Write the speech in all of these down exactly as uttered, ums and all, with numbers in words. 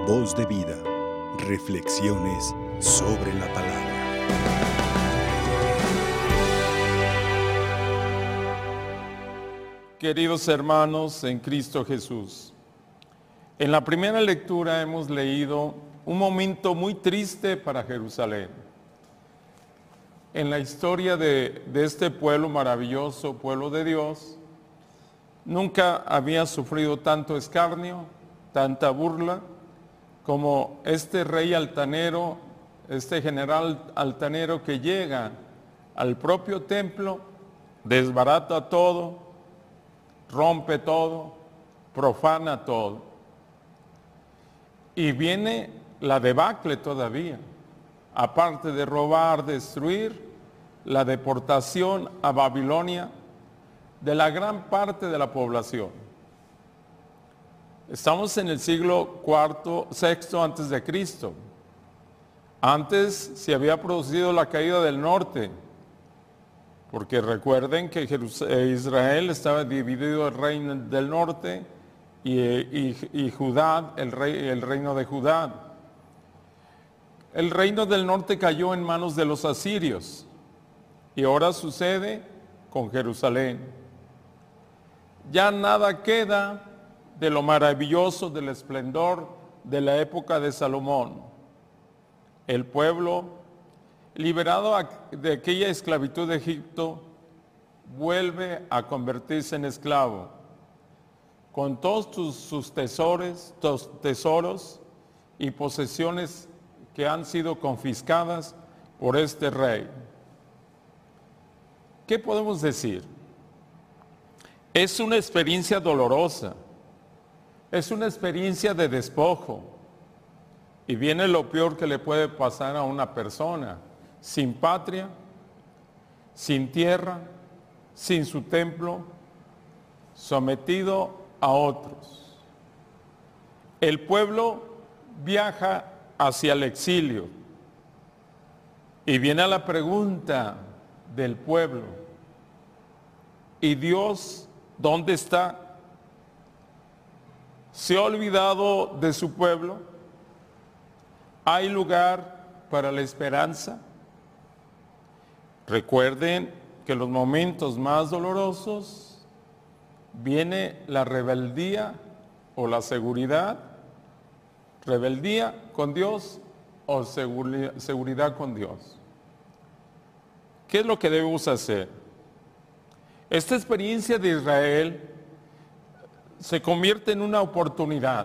Voz de vida. Reflexiones sobre la palabra. Queridos hermanos en Cristo Jesús, en la primera lectura hemos leído un momento muy triste para Jerusalén. En la historia de, de este pueblo maravilloso, pueblo de Dios, nunca había sufrido tanto escarnio, tanta burla, como este rey altanero, este general altanero que llega al propio templo, desbarata todo, rompe todo, profana todo. Y viene la debacle todavía, aparte de robar, destruir, la deportación a Babilonia de la gran parte de la población. Estamos en el siglo cuarto, sexto antes de Cristo. Antes se había producido la caída del norte, porque recuerden que Israel estaba dividido el reino del norte y, y, y Judá, el, rey, el reino de Judá. El reino del norte cayó en manos de los asirios y ahora sucede con Jerusalén. Ya nada queda de lo maravilloso, del esplendor de la época de Salomón. El pueblo, liberado de aquella esclavitud de Egipto, vuelve a convertirse en esclavo, con todos sus, sus tesoros, tus tesoros y posesiones que han sido confiscadas por este rey. ¿Qué podemos decir? Es una experiencia dolorosa, es una experiencia de despojo, y viene lo peor que le puede pasar a una persona: sin patria, sin tierra, sin su templo, sometido a otros. El pueblo viaja hacia el exilio y viene la pregunta del pueblo: ¿y Dios dónde está? ¿Se ha olvidado de su pueblo? ¿Hay lugar para la esperanza? Recuerden que en los momentos más dolorosos viene la rebeldía o la seguridad, rebeldía con Dios o seguridad, seguridad con Dios. ¿Qué es lo que debemos hacer? Esta experiencia de Israel se convierte en una oportunidad,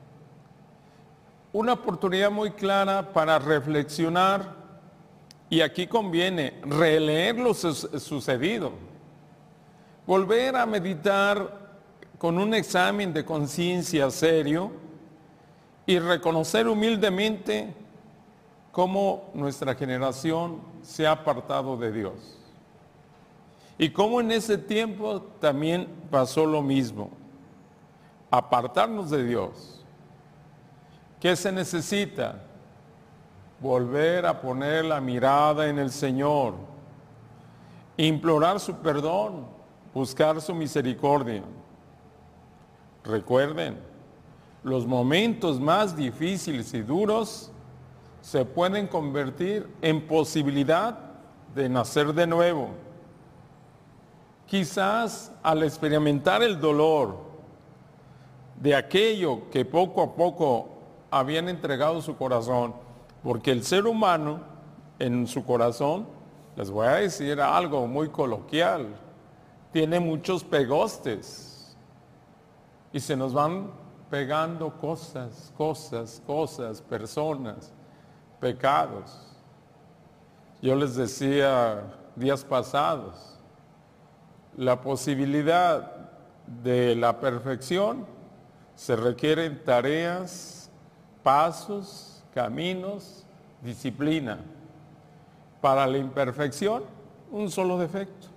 una oportunidad muy clara para reflexionar, y aquí conviene releer lo sucedido, volver a meditar con un examen de conciencia serio y reconocer humildemente cómo nuestra generación se ha apartado de Dios. Y cómo en ese tiempo también pasó lo mismo, apartarnos de Dios. ¿Qué se necesita? Volver a poner la mirada en el Señor, implorar su perdón, buscar su misericordia. Recuerden, los momentos más difíciles y duros se pueden convertir en posibilidad de nacer de nuevo. Quizás al experimentar el dolor de aquello que poco a poco habían entregado su corazón, porque el ser humano en su corazón, les voy a decir algo muy coloquial, tiene muchos pegostes y se nos van pegando cosas, cosas, cosas, personas, pecados. Yo les decía días pasados, la posibilidad de la perfección se requieren tareas, pasos, caminos, disciplina. Para la imperfección, un solo defecto.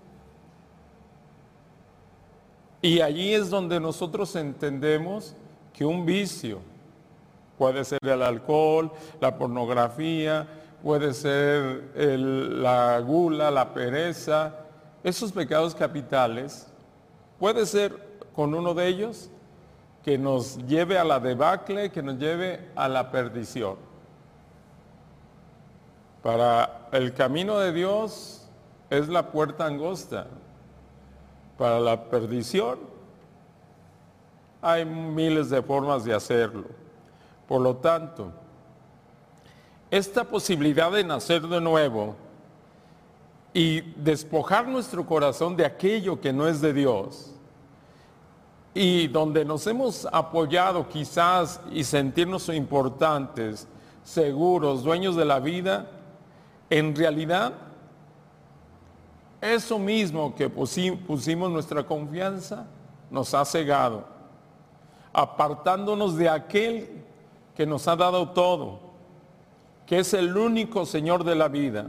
Y allí es donde nosotros entendemos que un vicio puede ser el alcohol, la pornografía, puede ser el, la gula, la pereza, esos pecados capitales. Puede ser con uno de ellos que nos lleve a la debacle, que nos lleve a la perdición. Para el camino de Dios es la puerta angosta. Para la perdición hay miles de formas de hacerlo. Por lo tanto, esta posibilidad de nacer de nuevo y despojar nuestro corazón de aquello que no es de Dios, y donde nos hemos apoyado quizás y sentirnos importantes, seguros, dueños de la vida, en realidad, eso mismo que pusimos nuestra confianza nos ha cegado, apartándonos de aquel que nos ha dado todo, que es el único Señor de la vida.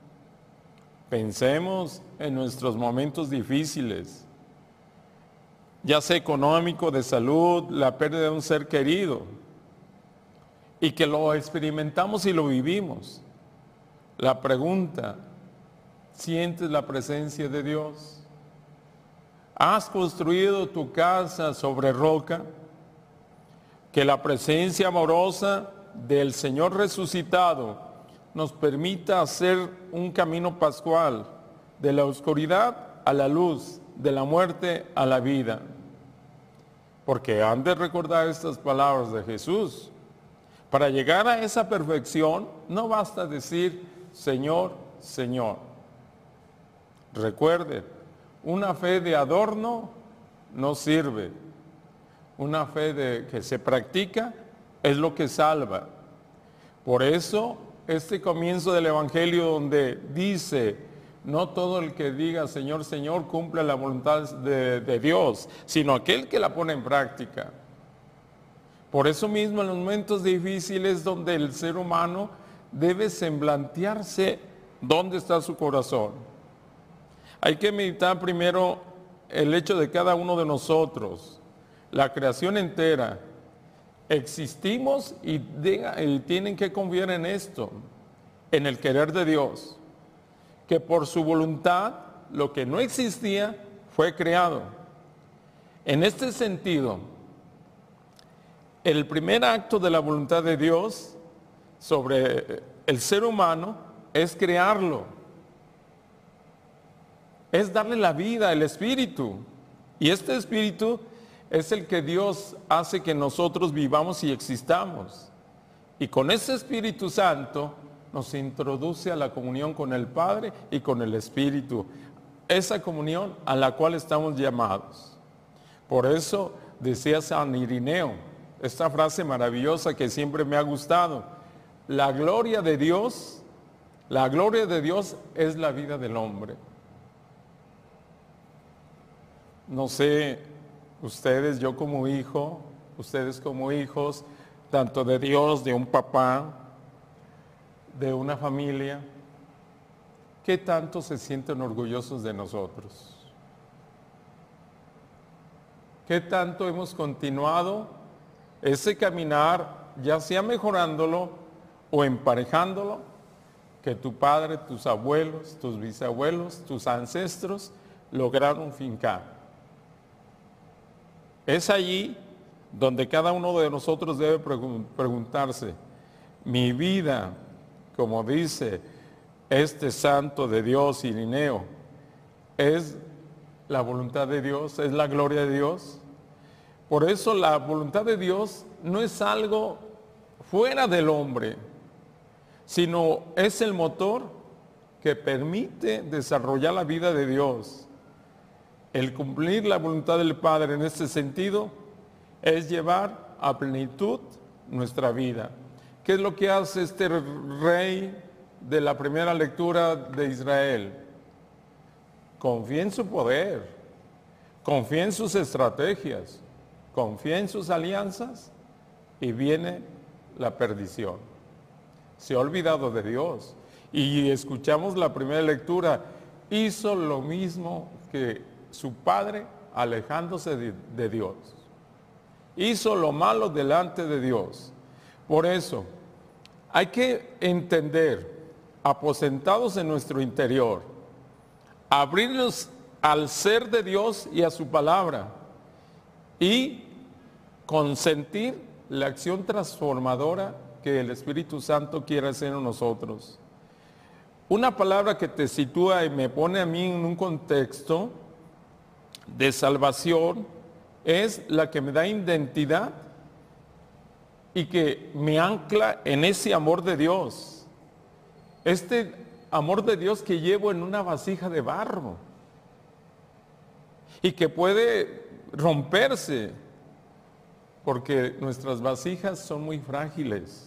Pensemos en nuestros momentos difíciles, ya sea económico, de salud, la pérdida de un ser querido, y que lo experimentamos y lo vivimos. La pregunta, ¿sientes la presencia de Dios? ¿Has construido tu casa sobre roca? Que la presencia amorosa del Señor resucitado nos permita hacer un camino pascual de la oscuridad a la luz, de la muerte a la vida. Porque han de recordar estas palabras de Jesús. Para llegar a esa perfección no basta decir Señor, Señor. Recuerden, una fe de adorno no sirve. Una fe de, que se practica es lo que salva. Por eso, este comienzo del Evangelio donde dice, no todo el que diga Señor, Señor cumple la voluntad de, de Dios, sino aquel que la pone en práctica. Por eso mismo en los momentos difíciles donde el ser humano debe semblantearse dónde está su corazón. Hay que meditar primero el hecho de cada uno de nosotros, la creación entera. Existimos y, de, y tienen que confiar en esto, en el querer de Dios, que por su voluntad lo que no existía fue creado. En este sentido, el primer acto de la voluntad de Dios sobre el ser humano es crearlo, es darle la vida, el espíritu, y este espíritu es el que Dios hace que nosotros vivamos y existamos. Y con ese Espíritu Santo nos introduce a la comunión con el Padre y con el Espíritu. Esa comunión a la cual estamos llamados. Por eso decía San Irineo, esta frase maravillosa que siempre me ha gustado. La gloria de Dios, la gloria de Dios es la vida del hombre. No sé, ustedes, yo como hijo, ustedes como hijos, tanto de Dios, de un papá, de una familia, ¿qué tanto se sienten orgullosos de nosotros? ¿Qué tanto hemos continuado ese caminar, ya sea mejorándolo o emparejándolo, que tu padre, tus abuelos, tus bisabuelos, tus ancestros lograron fincar? Es allí donde cada uno de nosotros debe preguntarse, mi vida, como dice este santo de Dios, Irineo, ¿es la voluntad de Dios? ¿Es la gloria de Dios? Por eso la voluntad de Dios no es algo fuera del hombre, sino es el motor que permite desarrollar la vida de Dios. El cumplir la voluntad del Padre en este sentido es llevar a plenitud nuestra vida. ¿Qué es lo que hace este rey de la primera lectura de Israel? Confía en su poder, confía en sus estrategias, confía en sus alianzas y viene la perdición. Se ha olvidado de Dios. Y escuchamos la primera lectura, hizo lo mismo que su padre alejándose de, de Dios. Hizo lo malo delante de Dios. Por eso, hay que entender, aposentados en nuestro interior, abrirnos al ser de Dios y a su palabra, y consentir la acción transformadora que el Espíritu Santo quiere hacer en nosotros. Una palabra que te sitúa y me pone a mí en un contexto de salvación es la que me da identidad y que me ancla en ese amor de Dios. Este amor de Dios que llevo en una vasija de barro y que puede romperse porque nuestras vasijas son muy frágiles.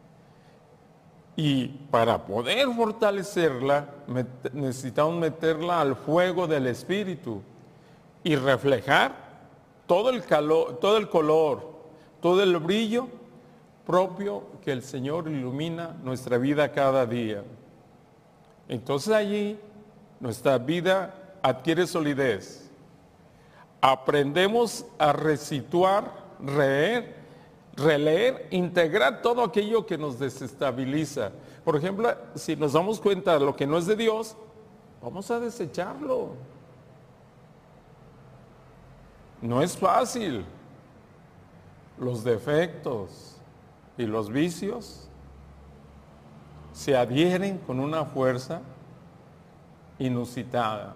Y para poder fortalecerla, necesitamos meterla al fuego del Espíritu y reflejar todo el calor, todo el color, todo el brillo propio que el Señor ilumina nuestra vida cada día. Entonces allí nuestra vida adquiere solidez. Aprendemos a resituar, reer, releer, integrar todo aquello que nos desestabiliza. Por ejemplo, si nos damos cuenta de lo que no es de Dios, vamos a desecharlo. No es fácil. Los defectos y los vicios se adhieren con una fuerza inusitada.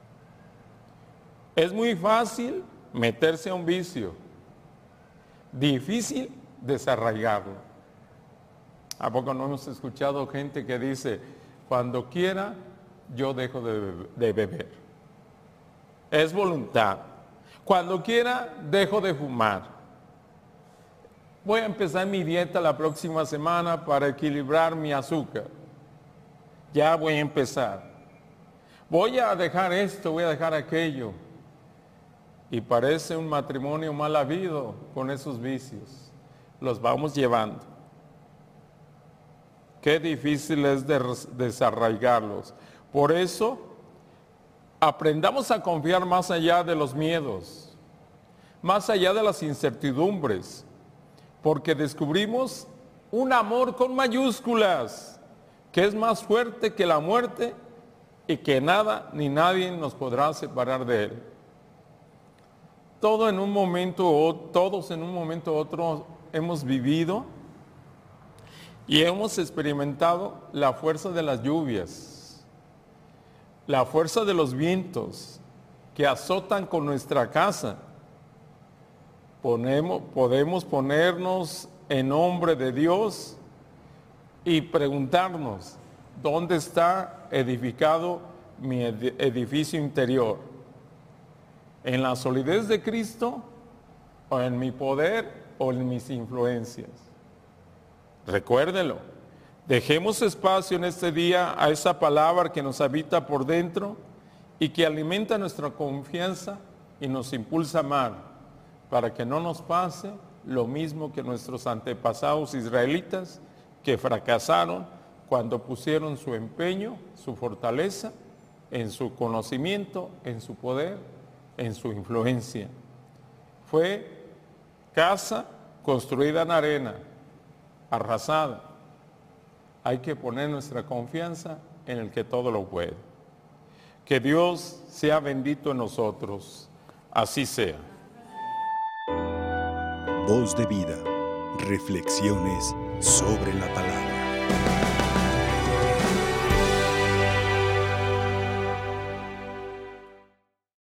Es muy fácil meterse a un vicio, difícil desarraigarlo. ¿A poco no hemos escuchado gente que dice, cuando quiera yo dejo de, de beber? Es voluntad. Cuando quiera dejo de fumar. Voy a empezar mi dieta la próxima semana para equilibrar mi azúcar. Ya voy a empezar. Voy a dejar esto, voy a dejar aquello. Y parece un matrimonio mal habido con esos vicios. Los vamos llevando. Qué difícil es desarraigarlos. Por eso, aprendamos a confiar más allá de los miedos, más allá de las incertidumbres, porque descubrimos un amor con mayúsculas, que es más fuerte que la muerte y que nada ni nadie nos podrá separar de él. Todo en un momento, todos en un momento u otro hemos vivido y hemos experimentado la fuerza de las lluvias, la fuerza de los vientos que azotan con nuestra casa. Ponemos, podemos ponernos en nombre de Dios y preguntarnos, ¿dónde está edificado mi edificio interior? ¿En la solidez de Cristo o en mi poder o en mis influencias? Recuérdelo. Dejemos espacio en este día a esa palabra que nos habita por dentro y que alimenta nuestra confianza y nos impulsa a amar, para que no nos pase lo mismo que nuestros antepasados israelitas que fracasaron cuando pusieron su empeño, su fortaleza en su conocimiento, en su poder, en su influencia. Fue casa construida en arena, arrasada. Hay que poner nuestra confianza en el que todo lo puede. Que Dios sea bendito en nosotros. Así sea. Voz de vida. Reflexiones sobre la palabra.